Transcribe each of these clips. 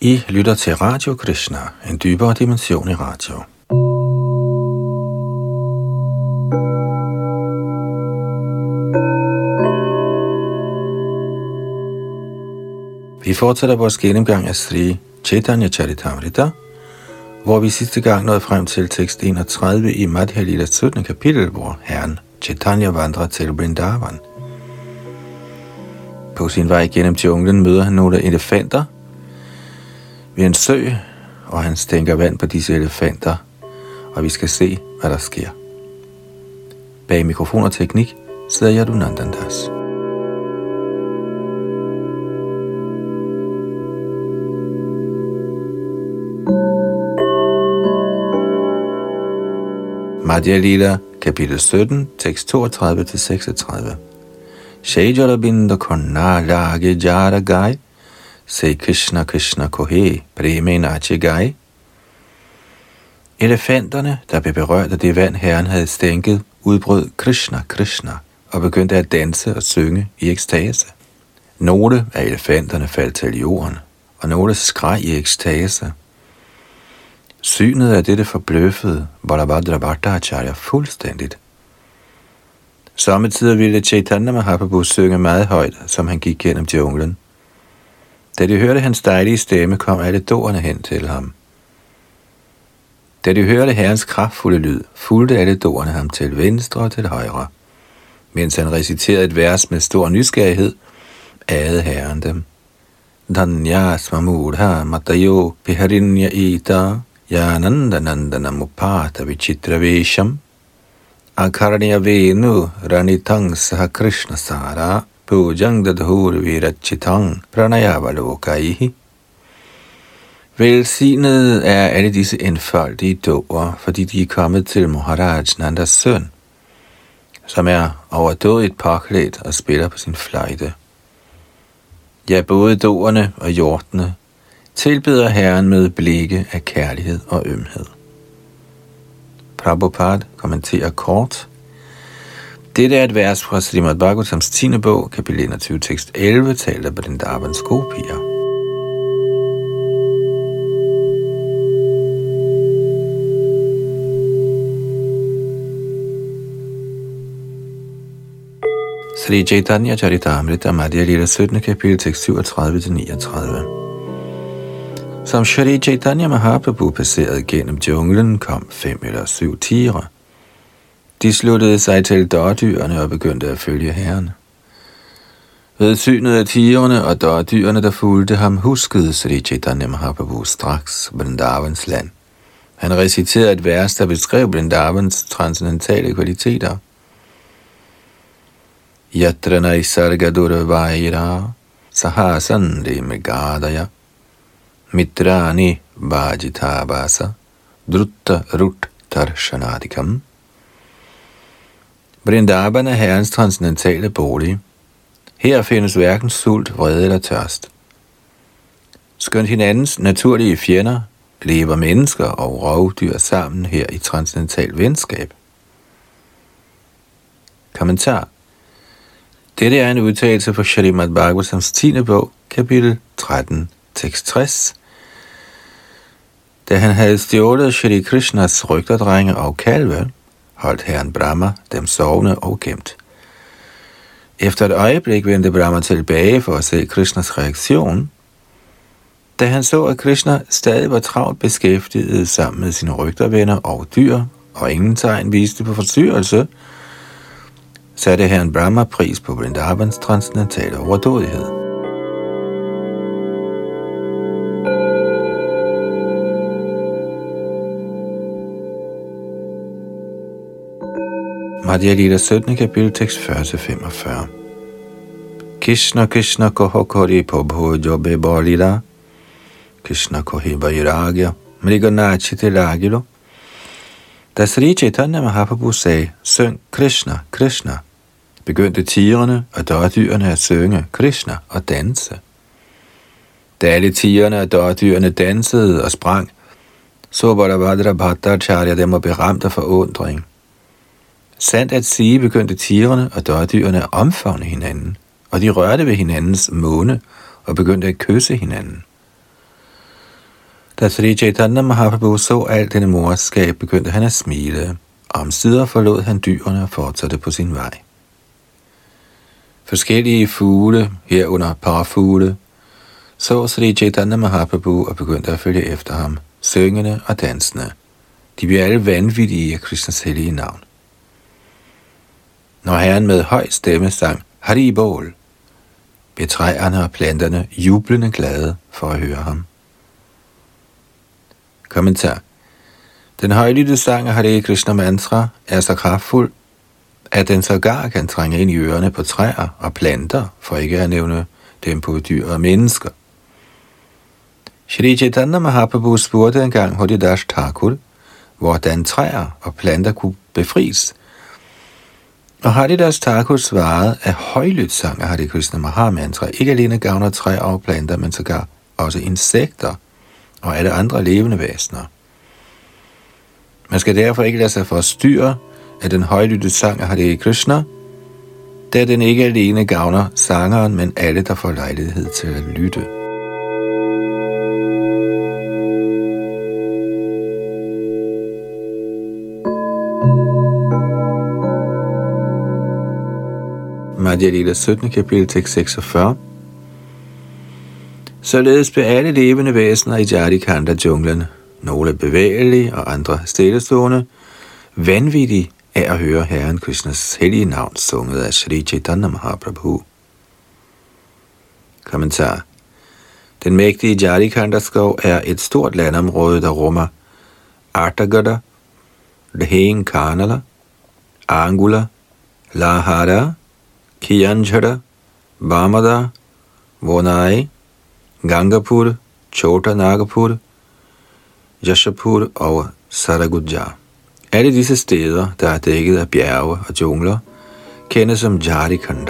I lytter til Radio Krishna, en dybere dimension i radio. Vi fortsætter vores gennemgang af Sri Chaitanya Charitamrita, hvor vi sidste gang nåede frem til tekst 31 i Madhya Lilas 17. kapitel, hvor herren Chaitanya vandrer til Vrindavan. På sin vej gennem junglen møder han nogle elefanter ved en sø, og han stænker vand på disse elefanter, og vi skal se, hvad der sker. Bag mikrofon og teknik sidder Yadunandandas. Madhya Lila, kapitel 17, tekst 32-36. Shejarabindo konna lage jara gai, se Krishna Krishna kohe preme nache gai. Elefanterne, der blev berørt af det vand, herren havde stænket, udbrød Krishna Krishna og begyndte at danse og synge i ekstase. Nogle af elefanterne faldt til jorden, og nogle skreg i ekstase. Synet af dette forbløffede Balabhadra Bhattacharya fuldstændigt. Sommetider ville Chaitanya Mahaprabhu synge meget højt, som han gik gennem junglen. Da de hørte hans dejlige stemme, kom alle dårerne hen til ham. Da de hørte herrens kraftfulde lyd, fulgte alle dårerne ham til venstre og til højre. Mens han reciterede et vers med stor nysgerrighed, adede herren dem. Dhanya smamudha matayo piharinya ita yanandanandana mupata vichitra vesham akarnya venu ranitang saha krishna sara pujang dadhur virachitang pranayavalokaihi. Velsignet er alle disse enfoldige dårer, fordi de er kommet til Maharaj Nandas søn, som er overdådigt påklædt og spiller på sin fløjte. Ja, både dårerne og hjortene tilbeder herren med blikke af kærlighed og ømhed. Prabhupada kommenterer kort. Dette er et vers fra Srimad Bhagavatams 10. bog, kapitel 21, tekst 11, taler på Vrindavans gopier. Sri Chaitanya Charitamrita, Madhya Lila 17. kapitel, tekst 37-39. Som Shri Chaitanya Mahaprabhu passerede gennem junglen, kom 5 eller 7 tigre. De sluttede sig til dårdyrene og begyndte at følge herren. Ved synet af tigrene og dårdyrene, der fulgte ham, huskede Sri Chaitanya Mahaprabhu straks Vrindavans land. Han reciterede et vers, der beskrev Vrindavans transcendentale kvaliteter. Yatra naisarga durvaira sahasandri megadaya mitrani vajitabasa drutta rut tarshanadikam. Vrindavan er herrens transcendentale bolig. Her findes hverken sult, vrede eller tørst. Skønt hinandens naturlige fjender, lever mennesker og rovdyr sammen her i transcendental venskab. Kommentar. Dette er en udtalelse fra Srimad Bhagavatams 10. bog, kapitel 13, tekst 60. Da han havde stjålet Shri Krishnas rygterdrenge og kalve, holdt herren Brahma dem sovende og gemt. Efter et øjeblik vendte Brahma tilbage for at se Krishnas reaktion. Da han så, at Krishna stadig var travlt beskæftiget sammen med sine rygtervenner og dyr, og ingen tegn viste på forstyrrelse, satte herren Brahma pris på Vrindavans transcendentale overdådighed. Madhya Lila 17. kapitel, tekst 40-45. Krishna Krishna koho kori pobho jobe bolila Krishna kohi vairagya mriganachite lagilo. Da Sri Chaitanya Mahaprabhu sagde, syng Krishna Krishna, begyndte tigrene og dårdyrene at synge Krishna og danse. Da alle tigrene og dårdyrene dansede og sprang, så Balabhadra Bhattacharya dem og blev ramt af forundring. Sandt at sige begyndte tigrene og dårdyrene at omfavne hinanden, og de rørte ved hinandens munde og begyndte at kysse hinanden. Da Sri Chaitanya Mahaprabhu så alt denne morskab, begyndte han at smile, og omsider forlod han dyrene og fortsatte på sin vej. Forskellige fugle, herunder parfugle, så Sri Chaitanya Mahaprabhu og begyndte at følge efter ham, syngende og dansende. De blev alle vanvittige af Krishnas hellige navn. Når Herren med høj stemme sang Hari Bol, blev træerne og planterne jublende glade for at høre ham. Kommentar. Den højlydte sang af Hare Krishna mantra er så kraftfuld, at den sågar kan trænge ind i ørerne på træer og planter, for ikke at nævne dem på dyr og mennesker. Shri Chaitanya Mahaprabhu spurgte engang Haridas Thakur, hvordan træer og planter kunne befries. Og Haridas Thakur svarede, at højlydt sang af Hare Krishna Mahamantra ikke alene gavner træer og planter, men sågar også insekter og alle andre levende væsener. Man skal derfor ikke lade sig forstyrre af den højlydte sang af Hare Krishna, da den ikke alene gavner sangeren, men alle, der får lejlighed til at lytte. Madhya Lila 17. kapitel, tekst 46. Således blev alle levende væsener i Jharikanda-junglen, nogle bevægelige og andre stillestående, vanvittige af at høre Herren Krishnas hellige navn sunget af Sri Chaitanya Mahaprabhu. Kommentar. Den mægtige Jharikanda-skov er et stort landområde, der rummer Artagada, Lehenkanala, Angula, Lahara, Kianjara, Bamada, Vonai, Gangapur, Chota Nagapur, Yashapur og Saragudja. Alle disse steder, der er dækket af bjerge og jungler, kendes som Jharikanda.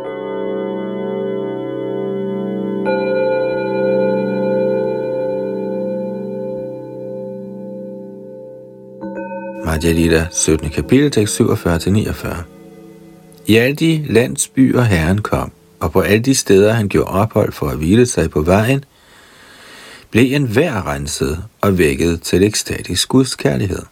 Madhya Lila 17. kapitel, tekst 47-49. I alle de landsbyer Herren kom, og på alle de steder han gjorde ophold for at hvile sig på vejen, blev enhver renset og vækket til ekstatisk Guds kærlighed.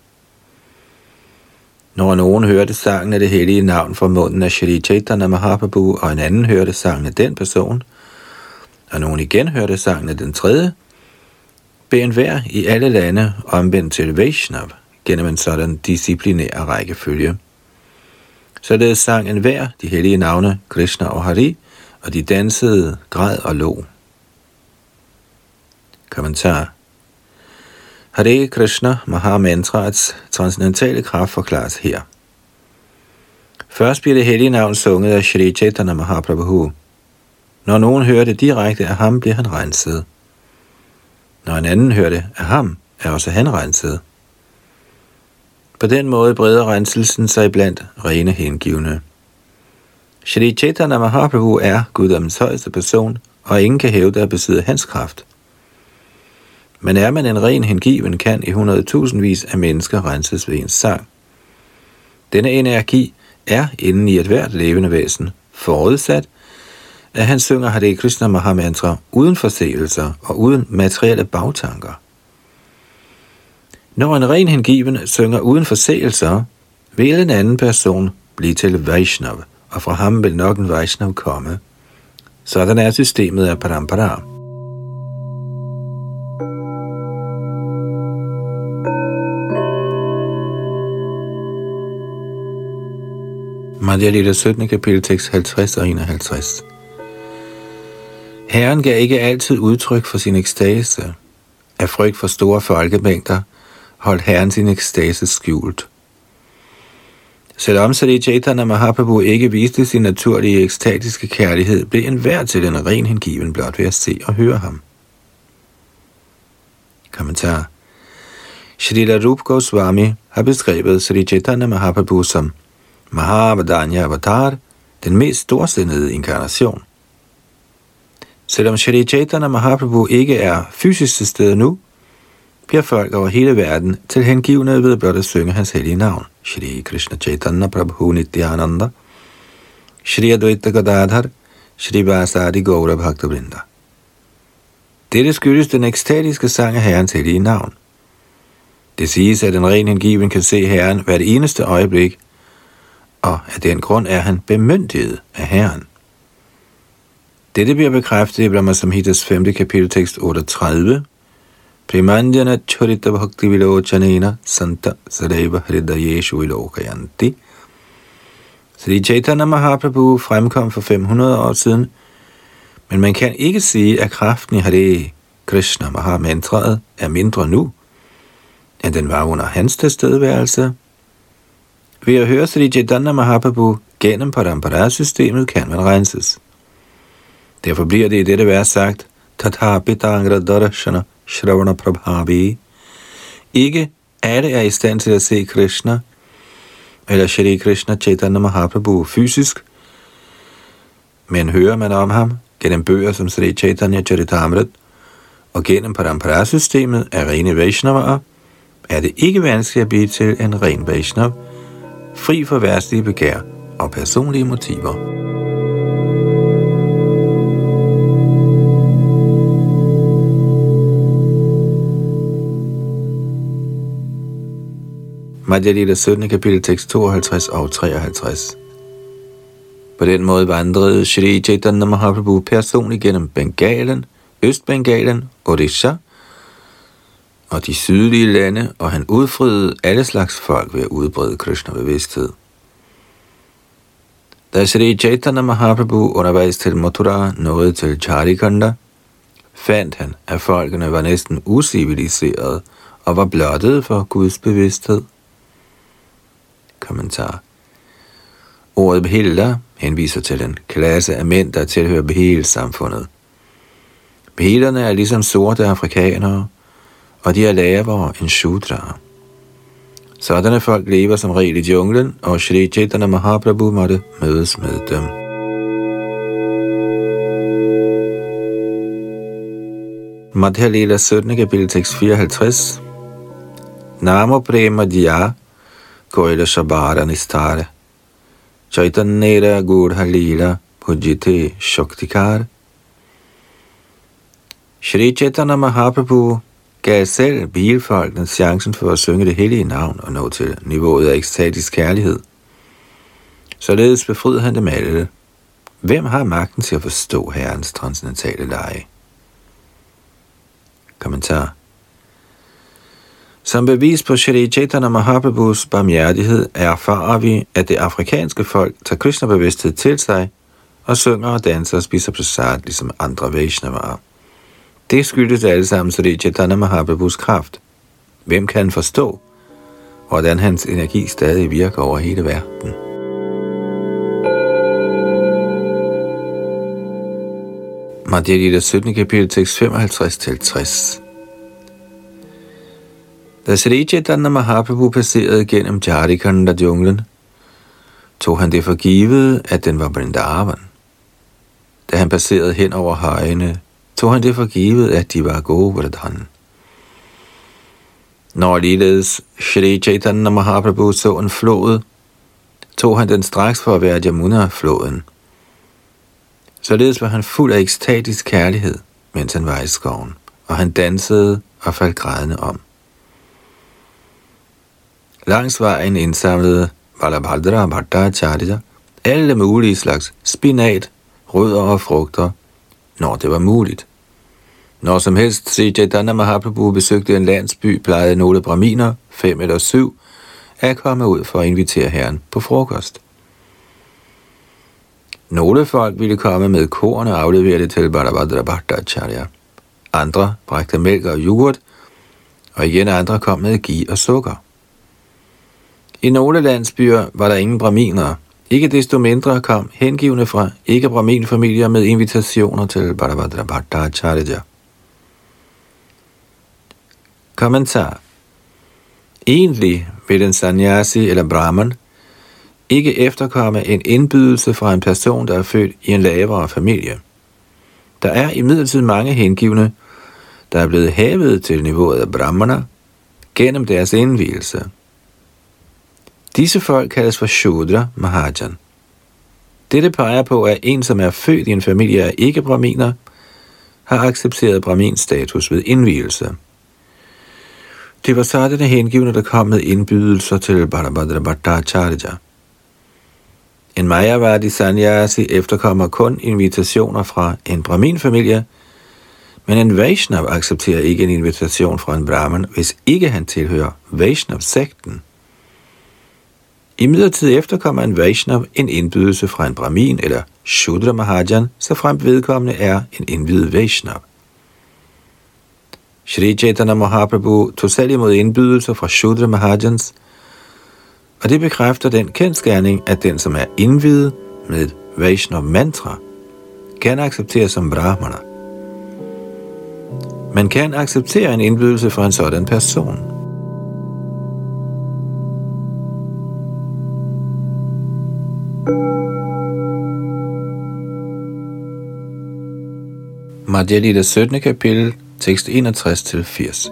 Når nogen hørte sangen af det hellige navn fra munden af Shri Chaitanya Mahaprabhu, og en anden hørte sangen af den person, og nogen igen hørte sangen af den tredje, blev enhver i alle lande omvendt til Vaishnav gennem en sådan disciplinær rækkefølge. Således sang enhver de hellige navne Krishna og Hari, og de dansede, græd og lå. Kommentar. Hare Krishna Mahamantrats transcendentale kraft forklares her. Først bliver det hellige navn sunget af Shri Chaitanya Mahaprabhu. Når nogen hører det direkte af ham, bliver han renset. Når en anden hører det af ham, er også han renset. På den måde breder renselsen sig blandt rene hengivne. Shri Chaitanya Mahaprabhu er guddommens højeste person, og ingen kan hævde at besidde hans kraft. Men er man en ren hengiven, kan i 100.000vis af mennesker renses ved ens sang. Denne energi er inden i et hvert levende væsen, forudsat, at han synger Hare Krishna Mahamantra uden forseelser og uden materielle bagtanker. Når en ren hengiven synger uden forseelser, vil en anden person blive til Vaishnav, og fra ham vil nok en Vaishnav komme. Sådan er systemet af parampara. Madhya Lila 17. kapitel, tekst 50 og 51. Herren gav ikke altid udtryk for sin ekstase. Af frygt for store folkemængder holdt Herren sin ekstase skjult. Selvom Sri Chaitanya Mahaprabhu ikke viste sin naturlige ekstatiske kærlighed, blev enhver til en ren hengiven blot ved at se og høre ham. Kommentar. Shrila Rupa Goswami har beskrevet Sri Chaitanya Mahaprabhu som Mahavadanya Avatar, den mest storsindede inkarnation. Selvom Shri Chaitanya Mahaprabhu ikke er fysisk til stede nu, bliver folk over hele verden til hengivne ved blot at synge hans hellige navn. Shri Krishna Chaitanya Prabhu Nityananda, Shri Advaita Gadadhar, Shri Vasadi Gaura Bhakta Vrinda. Dette skyldes den ekstatiske sang af Herrens hellige navn. Det siges, at en ren hengiven kan se Herren hvert eneste øjeblik, og af den grund er han bemyndiget af Herren. Dette bliver bekræftet i Brahma Samhitas 5. kapitel tekst 38. Primandjana chorita bhakti vilochanena santa sadeva hridayeshu vilokayanti. Sri Chaitanya Mahaprabhu fremkom for 500 år siden, men man kan ikke sige, at kraften i Hare Krishna Mahamantraet er mindre nu, end den var under hans tilstedeværelse. Ved at høre Sri Chaitanya Mahaprabhu gennem Parampara-systemet kan man renses. Derfor bliver det i dette vers sagt, Tathapi Tangra Darashana Shravana Prabhavi. Ikke alle er i stand til at se Krishna, eller Shri Krishna Chaitanya Mahaprabhu fysisk, men hører man om ham gennem bøger som Sri Chaitanya Charitamrita og gennem Parampara-systemet af rene Vaishnavaer, er det ikke vanskeligt at blive til en ren Vaishnav, fri for verdslige begær og personlige motiver. Madhya Lila 17. kapitel tekst 52 og 53. På den måde vandrede Shri Chaitanya Mahaprabhu personligt gennem Bengalen, Østbengalen, Odisha og de sydlige lande, og han udfriede alle slags folk ved at udbrede Krishna-bevidsthed. Da Shri Chaitanya Mahaprabhu undervejs til Mathura nåede til Charikanda, fandt han, at folkene var næsten usiviliserede og var blottet for Guds bevidsthed. Kommentar. Ordet Behilda henviser til en klasse af mænd, der tilhører Behil-samfundet. Behilderne er ligesom sorte afrikanere, og de er lavere end Shudra. Sådanne folk lever som regel i junglen, og Shri Chaitanya Mahaprabhu måtte mødes med dem. Madhya Lila 17. kapitel tekst 54. Namo prema diya koila shabara nistare Chaitanyera gudha lila pujite shaktikar. Shri Chaitanya Mahaprabhu gav selv bilfolkene chancen for at synge det hellige navn og nå til niveauet af ekstatisk kærlighed. Således befriede han dem alle. Hvem har magten til at forstå Herrens transcendentale leje? Kommentar. Som bevis på Shri Chaitanya Mahaprabhus barmhjertighed erfarer vi, at det afrikanske folk tager Krishna-bevidsthed til sig og synger og danser og spiser prasad ligesom andre Vaishnavaer. Det skyldes alle sammen Shri Chaitanya Mahaprabhus kraft. Hvem kan forstå, hvordan hans energi stadig virker over hele verden? Madhya Lila 17. kapitel tekst 55-60. Da Shri Chaitanya Mahaprabhu passerede gennem Charikanda-junglen, tog han det for givet, at den var Vrindavan. Da han passerede hen over højene, tog han det for givet, at de var Govardhan. Når ligeledes Shri Chaitanya Mahaprabhu så en flod, tog han den straks for at være Jamuna-floden. Således var han fuld af ekstatisk kærlighed, mens han var i skoven, og han dansede og faldt grædende om. Langs vejen indsamlede Balabhadra Bhattacharya alle mulige slags spinat, rødder og frugter, når det var muligt. Når som helst Sri Chaitanya Mahaprabhu besøgte en landsby, plejede nogle brahminer, 5 eller 7, at komme ud for at invitere herren på frokost. Nogle folk ville komme med korn og aflevere det til Balabhadra Bhattacharya. Andre bragte mælk og yoghurt, og igen andre kom med ghee og sukker. I nogle landsbyer var der ingen brahminer. Ikke desto mindre kom hengivne fra ikke-brahmin-familier med invitationer til Balabhadra Bhattacharya. Kommentar. Egentlig vil en sannyasi eller brahman ikke efterkomme en indbydelse fra en person, der er født i en lavere familie. Der er imidlertid mange hengivne, der er blevet hævet til niveauet af brahmana gennem deres indvielse. Disse folk kaldes for Shudra Mahajan. Dette peger på, at en, som er født i en familie af ikke-brahminer, har accepteret Brahmins status ved indvielse. Det var sådanne hengivne, der kom med indbydelser til Balabhadra Bhattacharya. En Mayavadi sannyasi efterkommer kun invitationer fra en Brahmin-familie, men en Vaishnav accepterer ikke en invitation fra en Brahman, hvis ikke han tilhører Vaishnav-sekten. Imidlertid efterkommer en Vaishnav en indbydelse fra en Brahmin eller Shudra Mahajan, så fremt vedkommende er en indviet Vaishnav. Shri Chaitanya Mahaprabhu tog selv imod indbydelser fra Shudra Mahajans, og det bekræfter den kendsgerning, at den, som er indviet med et Vaishnav mantra, kan accepteres som brahmana. Man kan acceptere en indbydelse fra en sådan person. Madhya Lila 17. kapitel, tekst 61-80.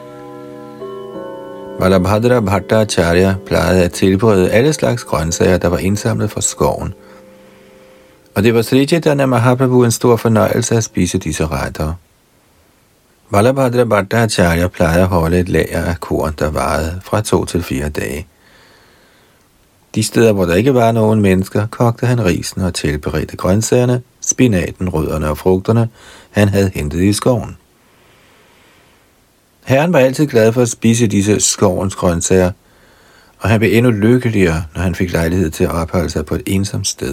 Balabhadra Bhattacharya plejede at tilberede alle slags grøntsager, der var indsamlet fra skoven. Og det var Sri Chaitanya Mahaprabhu en stor fornøjelse at spise disse retter. Balabhadra Bhattacharya plejede at holde et lager af korn, der varede fra 2 til 4 dage. De steder, hvor der ikke var nogen mennesker, kogte han risen og tilberedte grøntsagerne, spinaten, rødderne og frugterne, han havde hentet i skoven. Herren var altid glad for at spise disse skovens grøntsager, og han blev endnu lykkeligere, når han fik lejlighed til at opholde sig på et ensomt sted.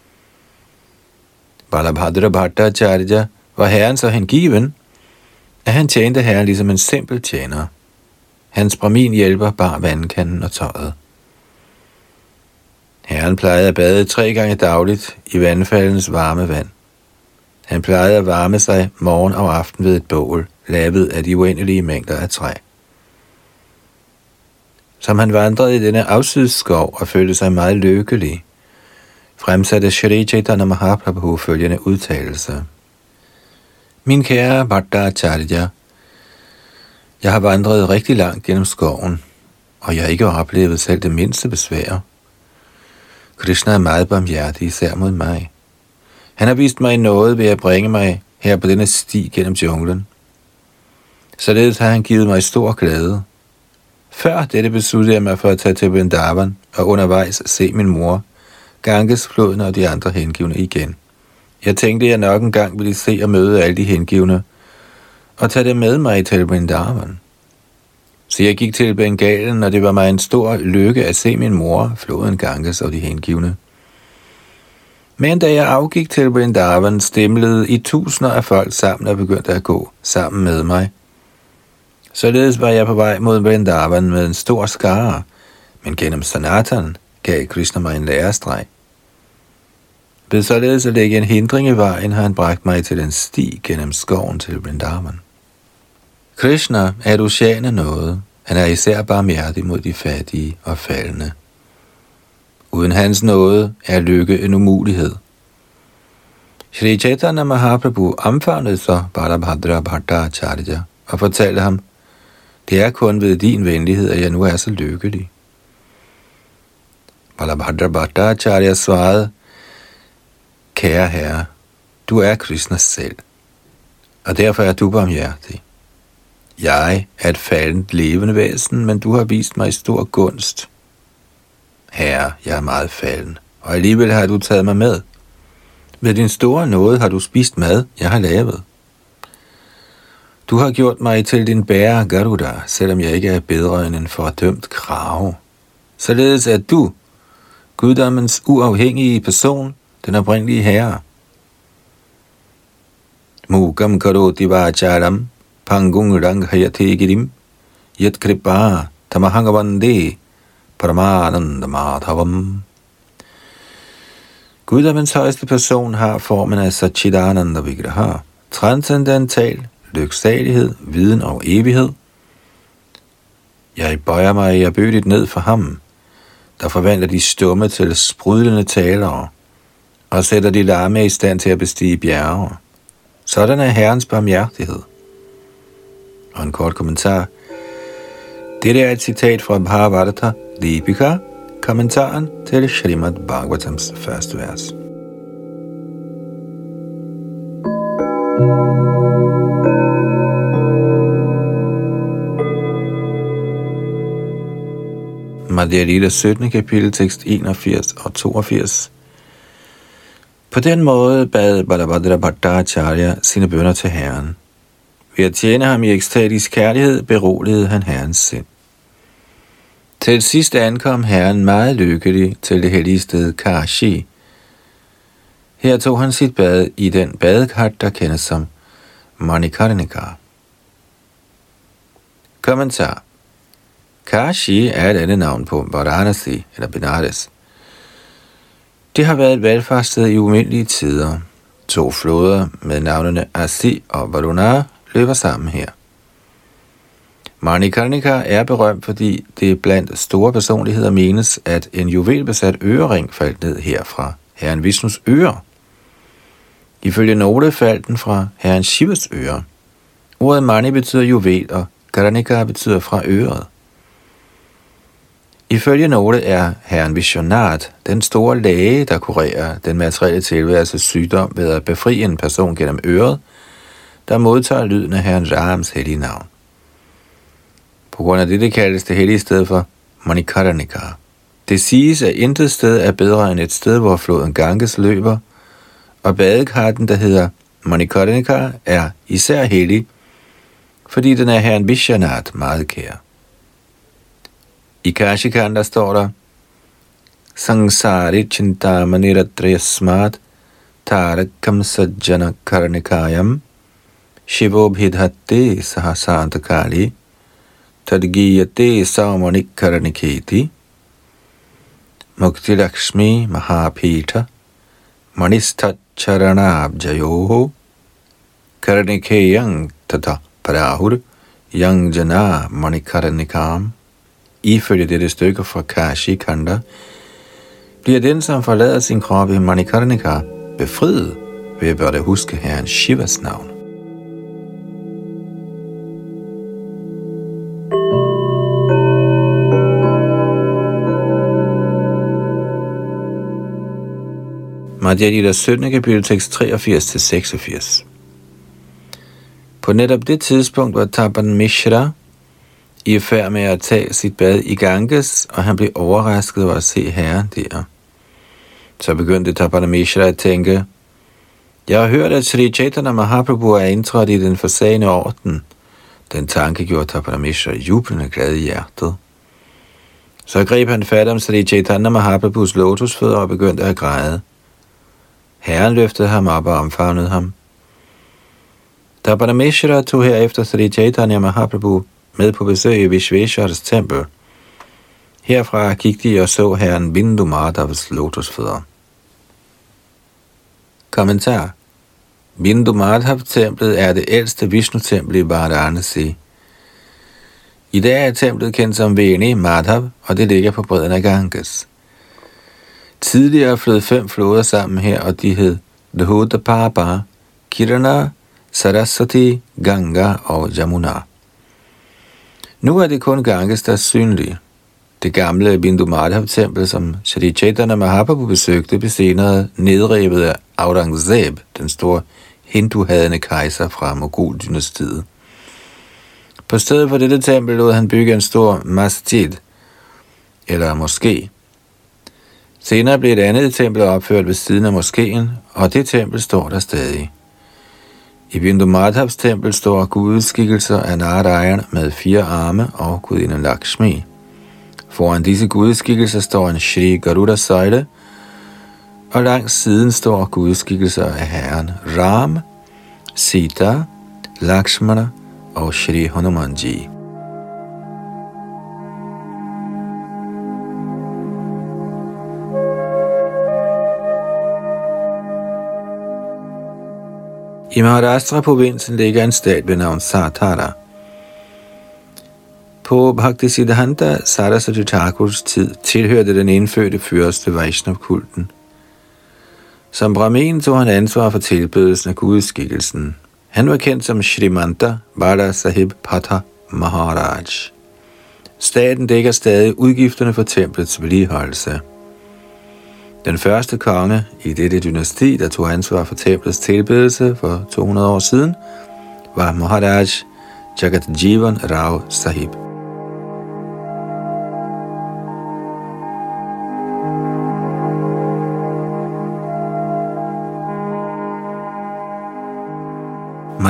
Balabhadra Bhattacharya var herren så hengiven, at han tjente herren ligesom en simpel tjener. Hans Brahmin hjælper bar vandkanden og tøjet. Herren plejede at bade 3 gange dagligt i vandfaldens varme vand. Han plejede at varme sig morgen og aften ved et bål, lavet af de uendelige mængder af træ. Som han vandrede i denne afsydsskov og følte sig meget lykkelig, fremsatte Shri Chaitanya Mahaprabhu følgende udtalelse. Min kære Bhattacharya, jeg har vandret rigtig langt gennem skoven, og jeg har ikke oplevet selv det mindste besvær. Krishna er meget barmhjertig, især mod mig. Han har vist mig noget ved at bringe mig her på denne sti gennem junglen. Således har han givet mig stor glæde. Før dette besluttede jeg mig for at tage til Vrindavan og undervejs se min mor, Ganges-floden og de andre hengivne igen. Jeg tænkte, at jeg nok en gang ville se og møde alle de hengivne og tage dem med mig til Vrindavan. Så jeg gik til Bengalen, og det var mig en stor lykke at se min mor, floden Ganges og de hengivne. Men da jeg afgik til Vrindavan, stemlede i tusinder af folk sammen og begyndte at gå sammen med mig. Således var jeg på vej mod Vrindavan med en stor skare, men gennem Sanatan gav Krishna mig en lærestreg. Ved således at lægge en hindring i vejen, har han bragt mig til en sti gennem skoven til Vrindavan. Krishna er et ocean af noget. Han er især barmhjertig mod de fattige og faldne. Uden hans nåde er lykke en umulighed. Shri Chaitanya Mahaprabhu omfavnede så Balabhadra Bhattacharya og fortalte ham, det er kun ved din venlighed, at jeg nu er så lykkelig. Balabhadra Bhattacharya svarede, kære herre, du er Krishnas selv, og derfor er du barmhjertig. Jeg er et faldent levende væsen, men du har vist mig stor gunst. Herre, jeg er meget falden, og alligevel har du taget mig med. Ved din store nåde har du spist mad, jeg har lavet. Du har gjort mig til din bærer Garuda, selvom jeg ikke er bedre end en fordømt krave. Således er du, guddommens uafhængige person, den oprindelige herre. Mukam karoti vacharam, pangung ranghayate girim, yat kripa tamahangavande, paramananda madhavam. Guddommens højeste person har formen af Satchidananda Vigraha, transcendental, lyksalighed, viden og evighed. Jeg bøjer mig erbødigt ned for ham, der forvandler de stumme til sprudlende talere, og sætter de lamme i stand til at bestige bjerge. Sådan er Herrens barmhjertighed. Og en kort kommentar. Dette er et citat fra Bhagavata Deepika, kommentaren til Srimad Bhagavatams første vers. Madhya Lila 17. kapitel, tekst 81 og 82. På den måde bad Balabhadra Bhattacharya sine bønner til Herren. Ved at tjene ham i ekstatisk kærlighed, beroligede han Herrens sind. Til sidst ankom Herren meget lykkelig til det hellige sted Kashi. Her tog han sit bad i den badekart, der kendes som Manikarnika. Kommentar. Kashi er et andet navn på Varanasi eller Benares. Det har været et valfartssted i umindelige tider. 2 floder med navnene Asi og Varuna løber sammen her. Manikarnika er berømt, fordi det blandt store personligheder menes, at en juvelbesat ørering faldt ned herfra herren Vishnus øre. Ifølge nogle faldt den fra herren Shivas øre. Ordet mani betyder juvel, og Karnika betyder fra øret. Ifølge nogle er herren Vishwanath den store læge, der kurerer den materielle tilværelses sygdom ved at befri en person gennem øret, der modtager lyden af herren Rams hellige navn. På grund af dette kaldes det hellige sted for Manikarnika. Det siges, at intet sted er bedre end et sted, hvor floden Ganges løber, og badekarten, der hedder Manikarnika, er især hellig, fordi den er herren Vishwanath meget kær. I Kashikanda står der Sangsari Chintamaniradriyasmat Tarakam Sajjana Karnikayam Shivobhidhatte Sahasantakali Tadgiyate Samanikarniketi Mukti Lakshmi Mahapita Manistat Charanabjayoho Karnikeyang Tata Parahur Yang Jana Manikarnikam. Ifølge dette stykke fra Kashi Kanda bliver den, som forlader sin krop i Manikarnika, befriet ved at burde huske herren Shivas navn. Madhya Lila 17. kapitel, tekst 83-86. På netop det tidspunkt var Tapan Mishra i færd med at tage sit bad i Ganges, og han blev overrasket over at se herren der. Så begyndte Tapan Mishra at tænke, jeg har hørt, at Sri Chaitanya Mahaprabhu er indtrådt i den forsagende orden. Den tanke gjorde Tapan Mishra jublende glad i hjertet. Så greb han fat om Sri Chaitanya Mahaprabhus lotusfødder og begyndte at græde. Herren løftede ham op og omfavnede ham. Tapan Mishra tog herefter Sri Chaitanya Mahaprabhu med på besøg i Vishvesharas tempel. Herfra gik de og så herren Bindu Madhavs lotusfødder. Kommentar. Bindu Madhav-templet er det ældste Vishnu-tempel i Varanasi. I dag er templet kendt som Veni Madhav, og det ligger på bredden af Ganges. Tidligere flød 5 floder sammen her, og de hed Dhodapapa, Kirana, Saraswati, Ganga og Jamuna. Nu er det kun Ganges, der er synlig. Det gamle Bindu Madhav-tempel, som Shri Chaitanya Mahaprabhu besøgte, blev senere nedrevet af Aurangzeb, den store hindu-hadende kejser fra Mogul-dynastiet. På stedet for dette tempel lod han bygge en stor masjid, eller moské. Senere blev et andet tempel opført ved siden af moskéen, og det tempel står der stadig. I Bindu Madhavs tempel står gudeskikkelser af Narayan med 4 arme og gudinden Lakshmi. Foran disse gudeskikkelser står en Shri Garuda søjle, og langs siden står gudeskikkelser af herren Ram, Sita, Lakshmana og Shri Hanumanji. I Maharashtra-provinsen ligger en stat ved navn Satara. På Bhaktisiddhanta Saraswati Thakurs tid tilhørte den indfødte fyrste Vaishnav-kulten. Som brahmin tog han ansvar for tilbedelsen af gudskikkelsen. Han var kendt som Shrimanta Bala Sahib Patha Maharaj. Staten dækker stadig udgifterne for templets vedligeholdelse. Den første konge i dette dynasti, der tog ansvar for templets tilbedelse for 200 år siden, var Maharaj Jagat Jivan Rao Sahib.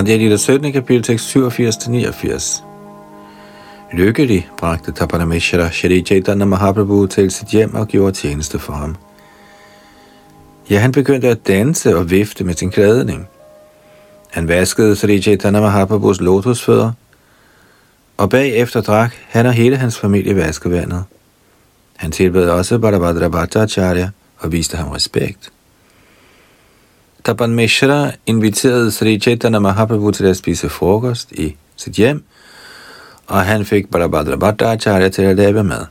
Madhya Lila 17. kapitel, tekst 87-89. Lykkelig bragte Tapanamishra Shri Chaitanya Mahaprabhu til sit hjem og gjorde tjeneste for ham. Ja, han begyndte at danse og vifte med sin klædning. Han vaskede Shri Chaitanya Mahaprabhus lotusfødder, og bagefter drak han og hele hans familie vaskevandet. Han tilbød også Balabhadra Bhattacharya og viste ham respekt. Tapanmishra inviterede Shri Chaitanya Mahaprabhu til at spise frokost i sit hjem, og han fik Balabhadra Bhattacharya til at lave mad.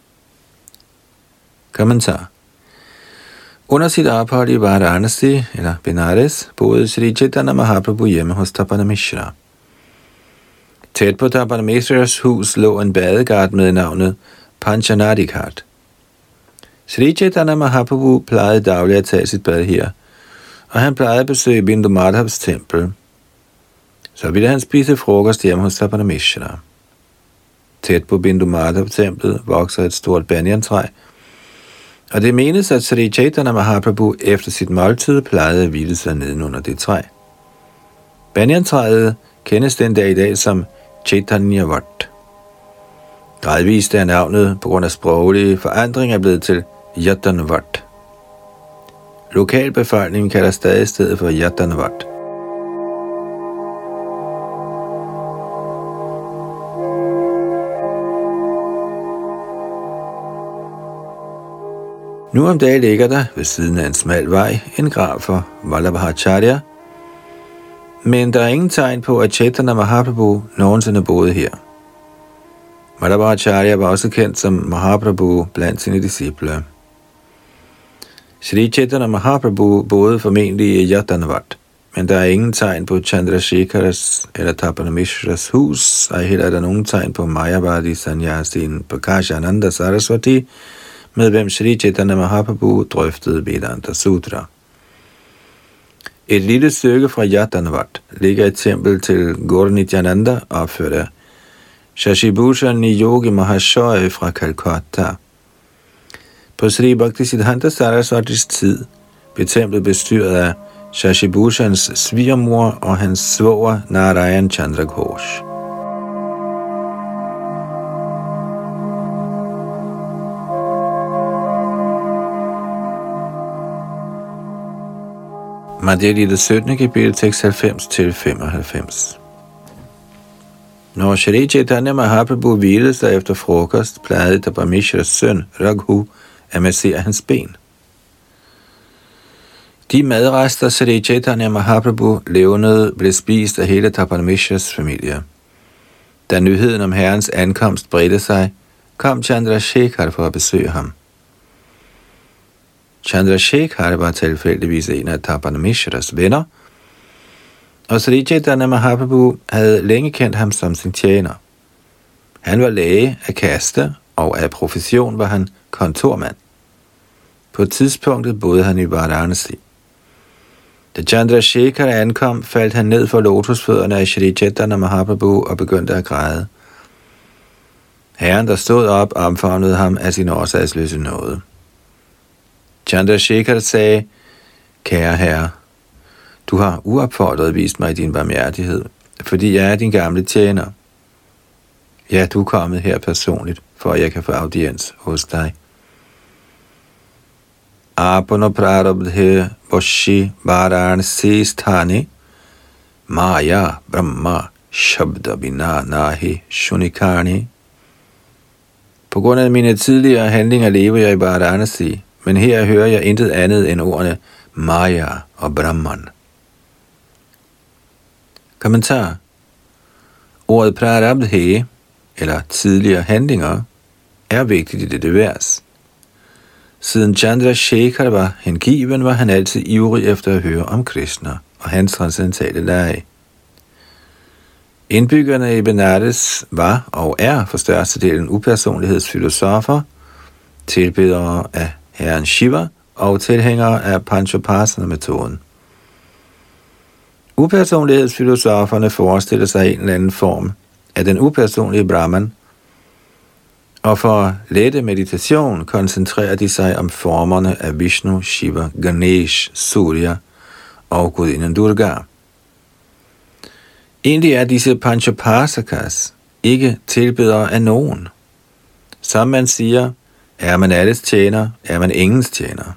Kommentar. Under sit ophold i Varanasi, eller Benares, boede Shri Chaitanya Mahaprabhu hjemme hos Tapanmishra. Tæt på Tapanmishras hus lå en badegard med navnet Panchanadi Ghat. Shri Chaitanya Mahaprabhu plejede dagligt at tage sit bad her, og han plejede at besøge Bindu Madhavs tempel. Så ville han spise frokost hjemme hos Tapanmishra. Tæt på Bindu Madhav templet vokser et stort banyan-træ, og det menes, at Shri Chaitanya Mahaprabhu efter sit måltid plejede at hvile sig nedenunder det træ. Banyan-træet kendes den dag i dag som Chaitanya Vat. Gradvist er navnet på grund af sproglige forandringer blevet til Yatanvat. Lokalbefolkningen kalder stadig stedet for Yatanvat. Nu om dagen ligger der ved siden af en smal vej en grav for Vallabhacharya, men der er ingen tegn på, at Chaitanya Mahaprabhu nogensinde boede her. Vallabhacharya var også kendt som Mahaprabhu blandt sine disciple. Shri Chaitanya Mahaprabhu boede formentlig i Yatanvat, men der er ingen tegn på Chandrasekharas eller Tapanamishras hus, og heller er der nogen tegn på Mayavadi Sannyasin Prakashananda Saraswati, med hvem Shri Chaitanya Mahaprabhu drøftede Vedanta Sutra. Et lille stykke fra Yatanvat ligger et tempel til Gaura Nityananda, opført af Shashi Bhushan Yogi Mahashoy fra Calcutta. På Sri Bhaktisiddhanta Saraswatis tid blev templet bestyret af Shashi Bhushans svigermor og hans svoger Narayan Chandra Ghosh. Madhya Lila 17. kapitel, tekst 90-95. Når Shri Chaitanya Mahaprabhu hvilede sig efter frokost, plejede Tapanmishras søn Raghu at massere hans ben. De madrester Shri Chaitanya Mahaprabhu levnede blev spist af hele Tapanmishras familie. Da nyheden om herrens ankomst bredte sig, kom Chandrasekhar for at besøge ham. Chandrasekhar var tilfældigvis en af Tapanmishras venner, og Shri Chaitanya Mahaprabhu havde længe kendt ham som sin tjener. Han var læge af kaste, og af profession var han kontormand. På tidspunktet boede han i Varanasi. Da Chandrasekhar ankom, faldt han ned for lotusfødderne af Shri Chaitanya Mahaprabhu og begyndte at græde. Herren, der stod op, omfavnede ham af sin årsagsløse nåde. Chandrasekhar sagde: Kære herre, du har uopfordret vist mig din barmhjertighed, fordi jeg er din gamle tjener. Ja, du er kommet her personligt, for at jeg kan få audiens hos dig. Apano prarabdhe vashi varanasi sthani maya brahma shabda bina nahi shunikani. På grund af mine tidligere handlinger lever jeg i Varanasi, men her hører jeg intet andet end ordene Maya og Brahman. Kommentar. Ordet prarabdhe, eller tidligere handlinger, er vigtigt i dette vers. Siden Chandrasekhar var hengiven, var han altid ivrig efter at høre om Krishna og hans transcendentale lege. Indbyggerne i Benares var og er for størstedelen upersonlighedsfilosofer, tilbedere af herren Shiva og tilhængere af Panchopasana-metoden. Upersonlighedsfilosoferne forestiller sig en eller anden form af den upersonlige Brahman, og for lette meditation koncentrerer de sig om formerne af Vishnu, Shiva, Ganesh, Surya og gudinden Durga. Egentlig er disse Panchapasakas ikke tilbedere af nogen. Som man siger, er man alles tjener, er man ingens tjener.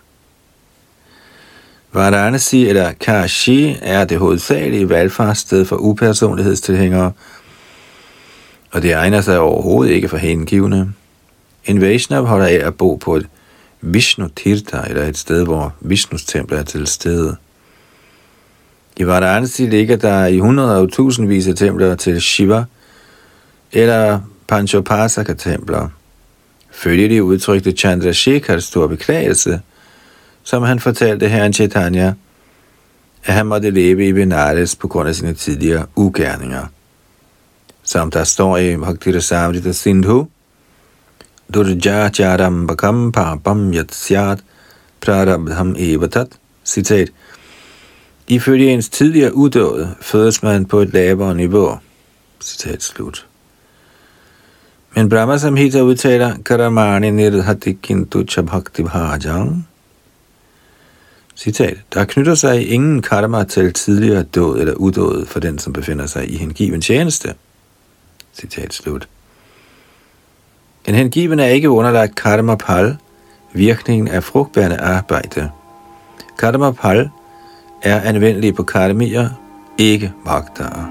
Varanasi eller Kashi er det hovedsagelige valfartssted for upersonlighedstilhængere, og det egner sig overhovedet ikke for hengivne. En Vaishnav holder af at bo på et Vishnu Tirtha, eller et sted, hvor Vishnus tempel er til stede. I Varanasi ligger der i hundreder og tusindvis af templer til Shiva, eller Panchopasaka-templer. Følgelig udtrykte Chandrasekhar stor beklagelse, som han fortalte herren Chaitanya, at han måtte leve i Benares på grund af sine tidligere ugerninger. Som der står i Bhakti-rasamrita Sindhu, Durjacharam bakam papam yatsyat prarabdham evatat, citat, ifølge ens tidligere uddåde fødes man på et lavere niveau, citat slut. Men Brahma Samhita udtaler, Karamani nirhati kintu chabhakti bhajang, citat, der knytter sig ingen karma til tidligere dåd eller uddåd for den, som befinder sig i hengiven tjeneste, citat slut. En hengiven er ikke underlagt karma-pal, virkningen af frugtbærende arbejde. Karma-pal er anvendelig på karmier, ikke magtere.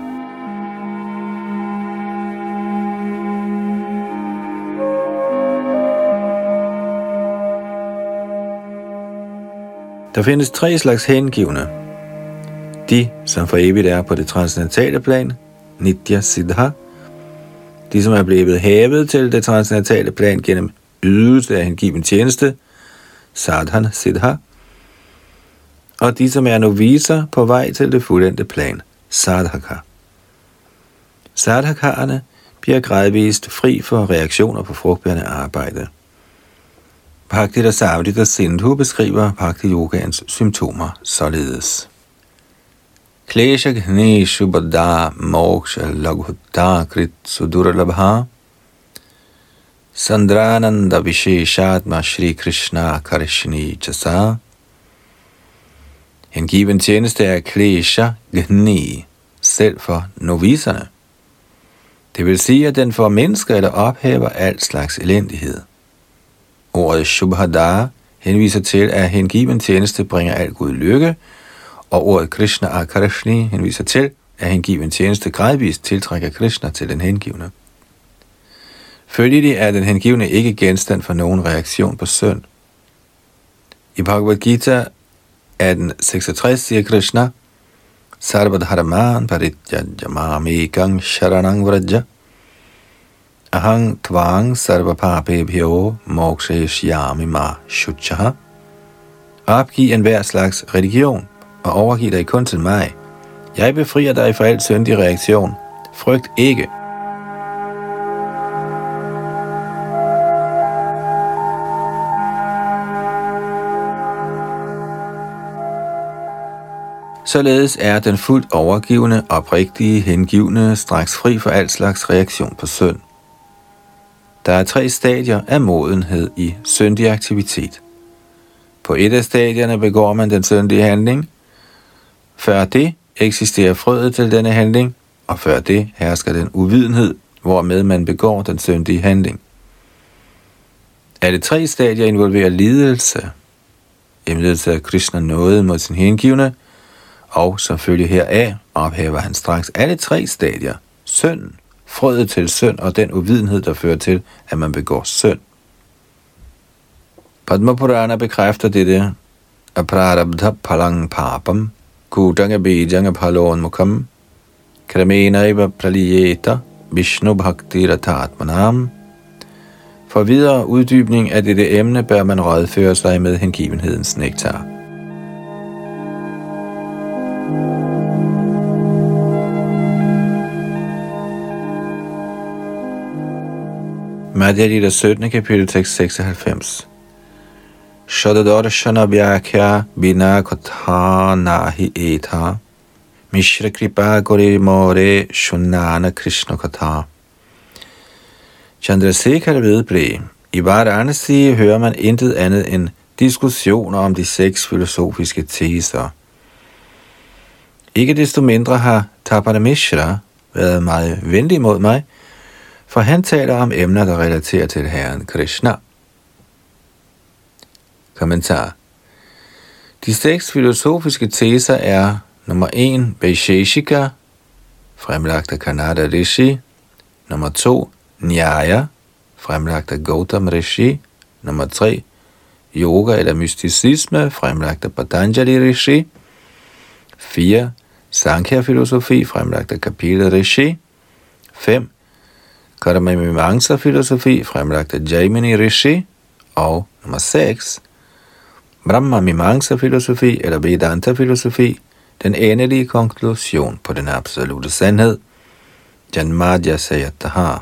Der findes 3 slags hengivne. De, som for evigt er på det transcendentale plan, Nitya Siddha. De, som er blevet hævet til det transcendentale plan gennem ydelse af hengiven tjeneste, Sadhan Siddha. Og de, som er noviser på vej til det fuldendte plan, Sadhaka. Sadhakarerne bliver gradvist fri for reaktioner på frugtbærende arbejde. Bhakti-rasamrita Sindhu beskriver Bhakti-yogaens symptomer således. Klesha ghni shubhada moksha laghutta krit sudurlabha sandrananda visheshatma Shri Krishna karishni chasa. Hengiven tjeneste er klesha ghni, selv for noviserne. Det vil sige, at den formindsker eller ophæver alt slags elendighed. Ordet Shubhada henviser til, at hengiven tjeneste bringer al Gud lykke, og ordet Krishna Akarshni henviser til, at hengiven tjeneste gradvist tiltrækker Krishna til den hengivne. Følgelig er den hengivne ikke genstand for nogen reaktion på synd. I Bhagavad Gita 18:66 siger Krishna, Sarvadharaman parityaja sharanang vraja ahang tvang sarvapapebhyo moksheshyami ma shuchaha. Opgiv enhver slags religion og overgiv dig kun til mig. Jeg befrier dig fra al syndig reaktion. Frygt ikke. Således er den fuldt overgivende, oprigtige, hengivne straks fri for al slags reaktion på synd. Der er 3 stadier af modenhed i syndig aktivitet. På et af stadierne begår man den syndige handling. Før det eksisterer frøet til denne handling, og før det hersker den uvidenhed, hvormed man begår den syndige handling. Alle 3 stadier involverer lidelse. Indledelse af Krishna nåde mod sin hengivne, og som følge heraf ophæver han straks alle 3 stadier. Synden, frøet til synd og den uvidenhed, der fører til, at man begår synd. Padma Purana bekræfter dette. Aprarabdha palang papam kutanga bijanga palon mukam kramenaiva praliyeta Vishnu bhakti ratatmanam. For videre uddybning af dette emne bør man rådføre sig med hengivenhedens nektar. Madhya Lila 17. kapitel, tekst 96. Shadadarshana vyakya bina katha nahi etha mishra kripa gore more shunnana Krishna katha. Chandrasekhar vedblev. I Varanasi hører man intet andet end diskussioner om de 6 filosofiske teser. Ikke desto mindre har Tapana Mishra, været meget venlig mod mig, for han taler om emner, der relaterer til Herren Krishna. Kommentar. De 6 filosofiske teser er nummer 1, Vaisheshika, fremlagt af Kanada Rishi, nummer 2, Nyaya, fremlagt af Gautam Rishi, nummer 3, Yoga eller mysticisme, fremlagt af Patanjali Rishi, 4, Sankhya-filosofi, fremlagt af Kapila Rishi, 5, Karma Mimamsa-filosofi, fremlagt af Jaimini Rishi, og nummer 6, Brahma Mimamsa-filosofi eller Vedanta-filosofi, den endelige konklusion på den absolute sandhed, Janmadhya Sayataha,